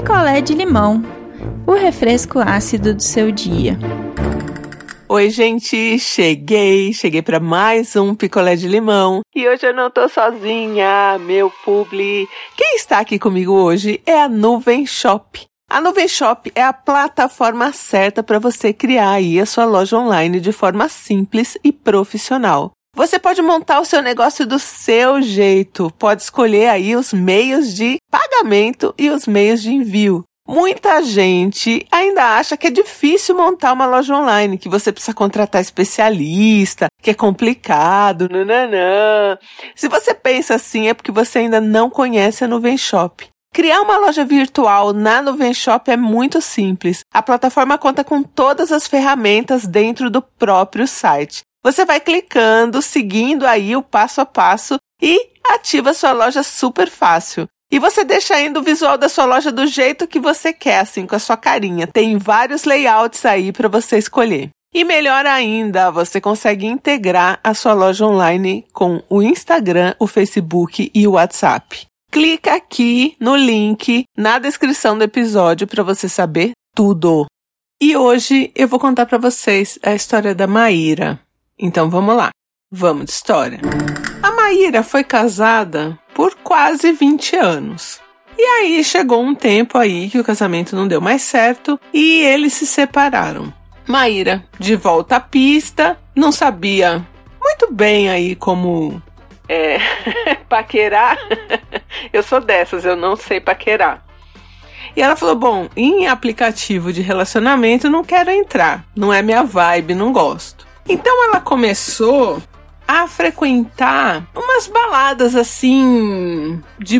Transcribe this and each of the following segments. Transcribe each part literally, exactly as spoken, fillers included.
Picolé de limão, o refresco ácido do seu dia. Oi, gente, cheguei, cheguei para mais um picolé de limão e hoje eu não tô sozinha, meu publi. Quem está aqui comigo hoje é a Nuvem Shop. A Nuvem Shop é a plataforma certa para você criar aí a sua loja online de forma simples e profissional. Você pode montar o seu negócio do seu jeito, pode escolher aí os meios de pagamento e os meios de envio. Muita gente ainda acha que é difícil montar uma loja online, que você precisa contratar especialista, que é complicado, nananã. Se você pensa assim, é porque você ainda não conhece a Nuvem Shop. Criar uma loja virtual na Nuvem Shop é muito simples. A plataforma conta com todas as ferramentas dentro do próprio site. Você vai clicando, seguindo aí o passo a passo e ativa sua loja super fácil. E você deixa ainda o visual da sua loja do jeito que você quer, assim, com a sua carinha. Tem vários layouts aí para você escolher. E melhor ainda, você consegue integrar a sua loja online com o Instagram, o Facebook e o WhatsApp. Clica aqui no link na descrição do episódio para você saber tudo. E hoje eu vou contar para vocês a história da Maíra. Então vamos lá, vamos de história. A Maíra foi casada por quase vinte anos. E aí chegou um tempo aí que o casamento não deu mais certo e eles se separaram. Maíra, de volta à pista, não sabia muito bem aí como é, paquerar. Eu sou dessas, eu não sei paquerar. E ela falou, bom, em aplicativo de relacionamento não quero entrar, não é minha vibe, não gosto. Então ela começou a frequentar umas baladas assim, de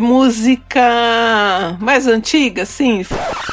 música mais antiga, assim.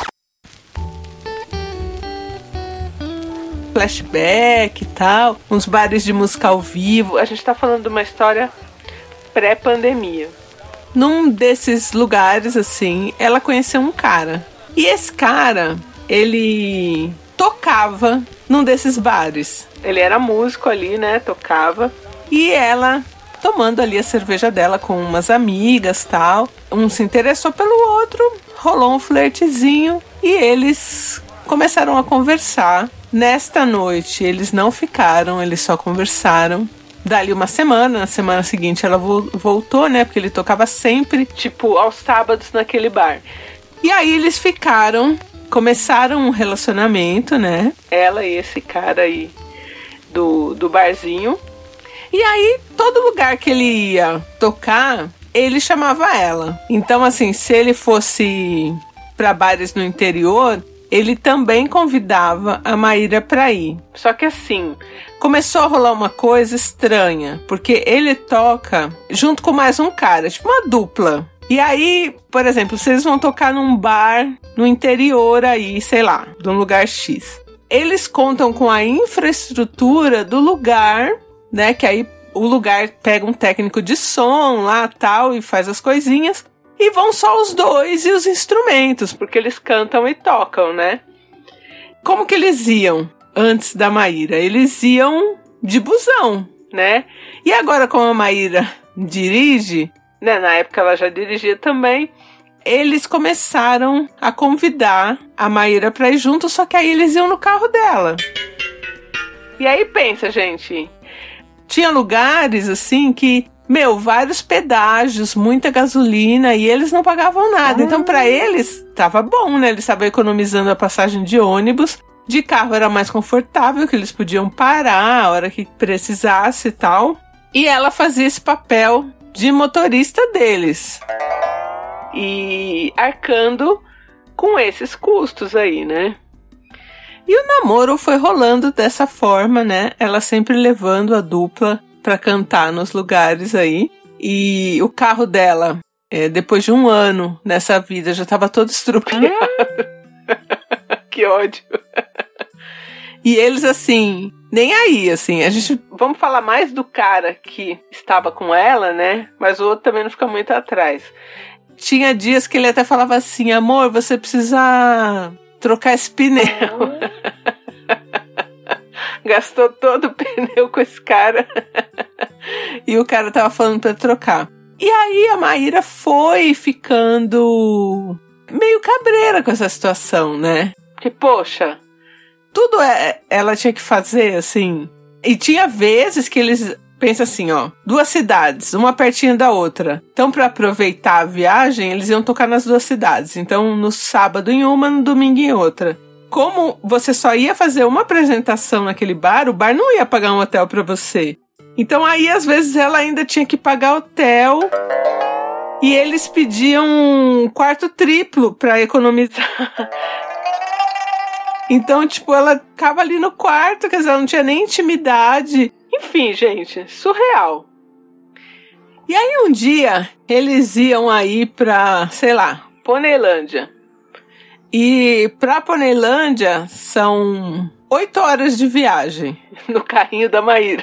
Flashback e tal, uns bares de música ao vivo. A gente tá falando de uma história pré-pandemia. Num desses lugares, assim, ela conheceu um cara. E esse cara, ele tocava num desses bares. Ele era músico ali, né? Tocava. E ela, tomando ali a cerveja dela com umas amigas, tal. Um se interessou pelo outro, rolou um flertezinho e eles começaram a conversar. Nesta noite, eles não ficaram, eles só conversaram. Dali uma semana, na semana seguinte ela vo- voltou, né? Porque ele tocava sempre, tipo, aos sábados naquele bar. E aí eles ficaram, começaram um relacionamento, né? Ela e esse cara aí do, do barzinho. E aí, todo lugar que ele ia tocar, ele chamava ela. Então, assim, se ele fosse para bares no interior, ele também convidava a Maíra para ir. Só que assim, começou a rolar uma coisa estranha, porque ele toca junto com mais um cara, tipo uma dupla. E aí, por exemplo, se eles vão tocar num bar no interior aí, sei lá, de um lugar X. Eles contam com a infraestrutura do lugar, né, que aí o lugar pega um técnico de som lá, tal, e faz as coisinhas. E vão só os dois e os instrumentos, porque eles cantam e tocam, né? Como que eles iam antes da Maíra? Eles iam de busão, né? E agora, como a Maíra dirige, né? Na época ela já dirigia também, eles começaram a convidar a Maíra para ir junto, só que aí eles iam no carro dela. E aí pensa, gente, tinha lugares assim que, meu, vários pedágios, muita gasolina, e eles não pagavam nada. Então, para eles, tava bom, né? Eles estavam economizando a passagem de ônibus. De carro era mais confortável, que eles podiam parar a hora que precisasse e tal. E ela fazia esse papel de motorista deles. E arcando com esses custos aí, né? E o namoro foi rolando dessa forma, né? Ela sempre levando a dupla pra cantar nos lugares aí. E o carro dela, é, depois de um ano nessa vida, já tava todo estrupiado. Que ódio. E eles, assim, nem aí, assim, a gente... Vamos falar mais do cara que estava com ela, né? Mas o outro também não fica muito atrás. Tinha dias que ele até falava assim, amor, você precisa trocar esse pneu. Gastou todo o pneu com esse cara. E o cara tava falando pra trocar. E aí a Maíra foi ficando meio cabreira com essa situação, né? Porque, poxa, tudo é, ela tinha que fazer, assim. E tinha vezes que eles pensam assim, ó, duas cidades, uma pertinho da outra. Então, pra aproveitar a viagem, eles iam tocar nas duas cidades. Então, no sábado em uma, no domingo em outra. Como você só ia fazer uma apresentação naquele bar, o bar não ia pagar um hotel pra você. Então aí, às vezes, ela ainda tinha que pagar hotel e eles pediam um quarto triplo pra economizar. Então, tipo, ela ficava ali no quarto, quer dizer, ela não tinha nem intimidade. Enfim, gente, surreal. E aí, um dia, eles iam aí pra, sei lá, Poneilândia. E pra Poneilândia são oito horas de viagem no carrinho da Maíra.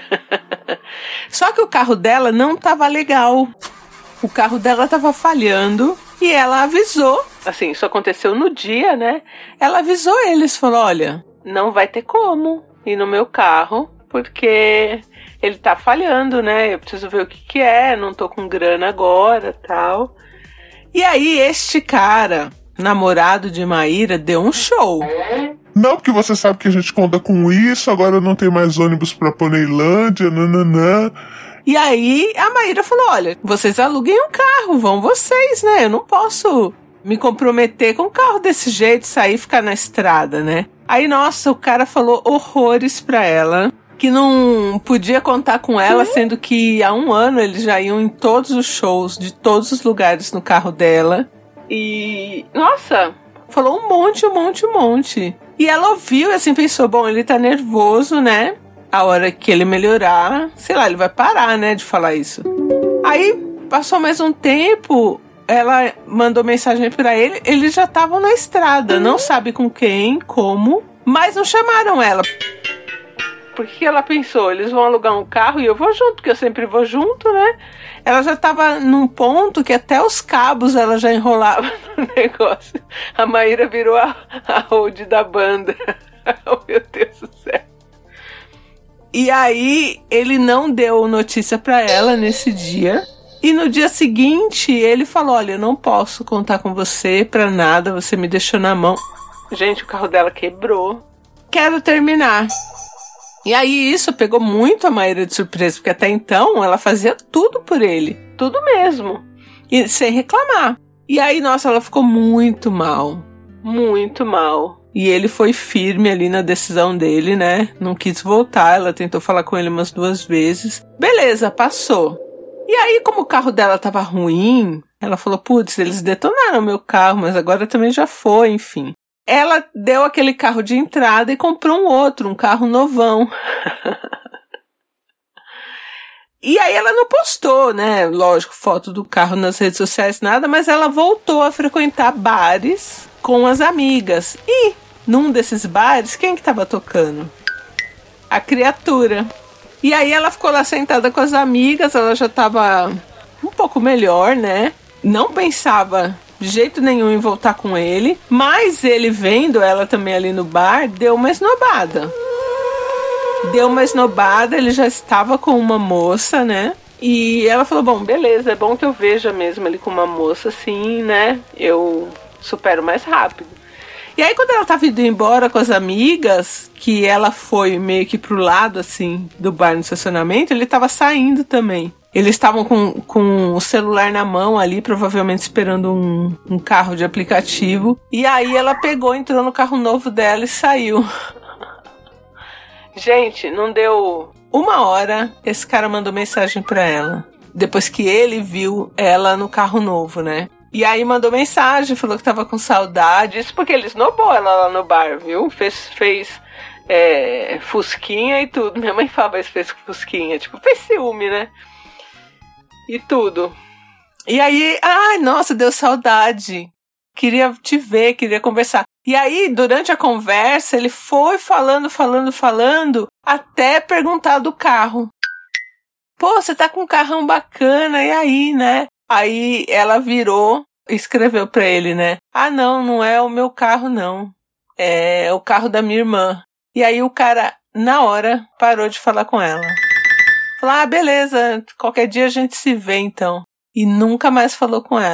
Só que o carro dela não tava legal. O carro dela tava falhando e ela avisou. Assim, isso aconteceu no dia, né? Ela avisou eles, falou, olha, não vai ter como ir no meu carro, porque ele tá falhando, né? Eu preciso ver o que que é, não tô com grana agora, tal. E aí este cara, namorado de Maíra, deu um show. Não, porque você sabe que a gente conta com isso, agora não tem mais ônibus pra Poneilândia, nananã. E aí a Maíra falou, olha, vocês aluguem um carro, vão vocês, né? Eu não posso me comprometer com um carro desse jeito, sair e ficar na estrada, né? Aí, nossa, o cara falou horrores pra ela, que não podia contar com ela, sendo que há um ano eles já iam em todos os shows de todos os lugares no carro dela. E, nossa, falou um monte, um monte, um monte. E ela ouviu e assim pensou, bom, ele tá nervoso, né? A hora que ele melhorar, sei lá, ele vai parar, né, de falar isso. Aí, passou mais um tempo, ela mandou mensagem pra ele, eles já estavam na estrada, não sabe com quem, como, mas não chamaram ela. Porque ela pensou, eles vão alugar um carro e eu vou junto, porque eu sempre vou junto, né? Ela já tava num ponto que até os cabos ela já enrolava no negócio. A Maíra virou a, a hold da banda. Oh, meu Deus do céu. E aí, ele não deu notícia pra ela nesse dia. E no dia seguinte, ele falou, olha, eu não posso contar com você pra nada, você me deixou na mão. Gente, o carro dela quebrou. Quero terminar. E aí isso pegou muito a Maíra de surpresa, porque até então ela fazia tudo por ele. Tudo mesmo. E sem reclamar. E aí, nossa, ela ficou muito mal. Muito mal. E ele foi firme ali na decisão dele, né? Não quis voltar, ela tentou falar com ele umas duas vezes. Beleza, passou. E aí, como o carro dela tava ruim, ela falou, putz, eles detonaram meu carro, mas agora também já foi, enfim. Ela deu aquele carro de entrada e comprou um outro, um carro novão. E aí ela não postou, né, lógico, foto do carro nas redes sociais, nada, mas ela voltou a frequentar bares com as amigas. E num desses bares, quem que tava tocando? A Criatura. E aí ela ficou lá sentada com as amigas, ela já tava um pouco melhor, né? Não pensava de jeito nenhum em voltar com ele, mas ele vendo ela também ali no bar, deu uma esnobada. Deu uma esnobada, ele já estava com uma moça, né? E ela falou, bom, beleza, é bom que eu veja mesmo ele com uma moça assim, né? Eu supero mais rápido. E aí quando ela tava indo embora com as amigas, que ela foi meio que pro lado, assim, do bar no estacionamento, ele tava saindo também. Eles estavam com, com o celular na mão ali, provavelmente esperando um, um carro de aplicativo. E aí ela pegou, entrou no carro novo dela e saiu. Gente, não deu uma hora, esse cara mandou mensagem pra ela. Depois que ele viu ela no carro novo, né? E aí mandou mensagem, falou que tava com saudade. Isso porque ele esnobou ela lá no bar, viu? Fez, fez é, fusquinha e tudo. Minha mãe fala, mas fez fusquinha. Tipo, fez ciúme, né? E tudo. E aí, ai, nossa, deu saudade. Queria te ver, queria conversar. E aí, durante a conversa, ele foi falando, falando, falando, até perguntar do carro. Pô, você tá com um carrão bacana, e aí, né? Aí ela virou e escreveu pra ele, né? Ah, não, não é o meu carro, não. É o carro da minha irmã. E aí o cara, na hora, parou de falar com ela. Falou, ah, beleza, qualquer dia a gente se vê, então. E nunca mais falou com ela.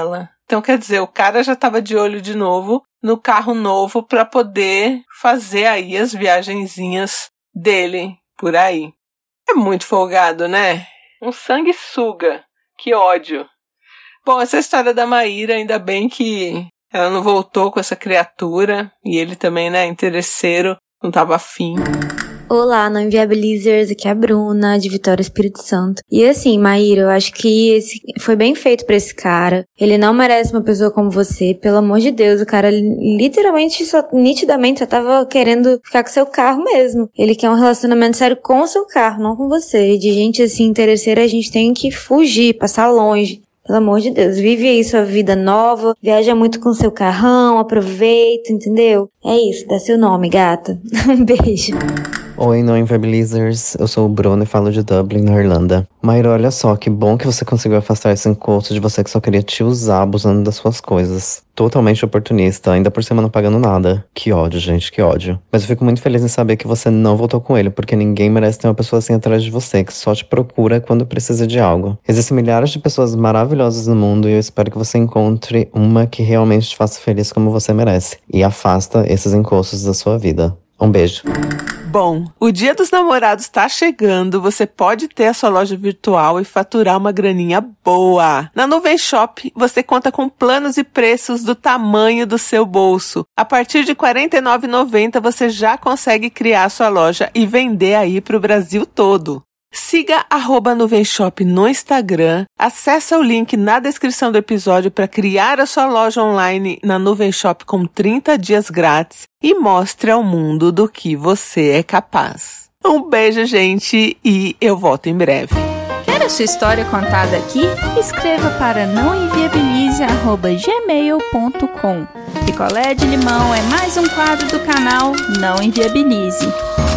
Então, quer dizer, o cara já estava de olho de novo no carro novo para poder fazer aí as viagenzinhas dele por aí. É muito folgado, né? Um sanguessuga. Que ódio. Bom, essa história da Maíra, ainda bem que ela não voltou com essa criatura. E ele também, né, interesseiro, não tava afim. Olá, Não Inviabilizers, aqui é a Bruna, de Vitória, Espírito Santo. E assim, Maíra, eu acho que esse foi bem feito pra esse cara. Ele não merece uma pessoa como você, pelo amor de Deus. O cara literalmente, só, nitidamente, só tava querendo ficar com seu carro mesmo. Ele quer um relacionamento sério com o seu carro, não com você. De gente assim, interesseira, a gente tem que fugir, passar longe. Pelo amor de Deus, vive aí sua vida nova, viaja muito com seu carrão, aproveita, entendeu? É isso, dá seu nome, gata. Um beijo. Oi, Não Inviabilizers, eu sou o Bruno e falo de Dublin, na Irlanda. Maíra, olha só, que bom que você conseguiu afastar esse encosto de você que só queria te usar abusando das suas coisas. Totalmente oportunista, ainda por cima não pagando nada. Que ódio, gente, que ódio. Mas eu fico muito feliz em saber que você não voltou com ele, porque ninguém merece ter uma pessoa assim atrás de você, que só te procura quando precisa de algo. Existem milhares de pessoas maravilhosas no mundo e eu espero que você encontre uma que realmente te faça feliz como você merece. E afasta esses encostos da sua vida. Um beijo. Bom, o Dia dos Namorados tá chegando, você pode ter a sua loja virtual e faturar uma graninha boa. Na Nuvem Shop, você conta com planos e preços do tamanho do seu bolso. A partir de quarenta e nove reais e noventa centavos você já consegue criar a sua loja e vender aí pro Brasil todo. Siga arroba Nuvem Shop no Instagram, acessa o link na descrição do episódio para criar a sua loja online na Nuvem Shop com trinta dias grátis e mostre ao mundo do que você é capaz. Um beijo, gente, e eu volto em breve. Quer a sua história contada aqui? Escreva para não inviabilize arroba gmail ponto com. Picolé de limão é mais um quadro do canal Não Inviabilize.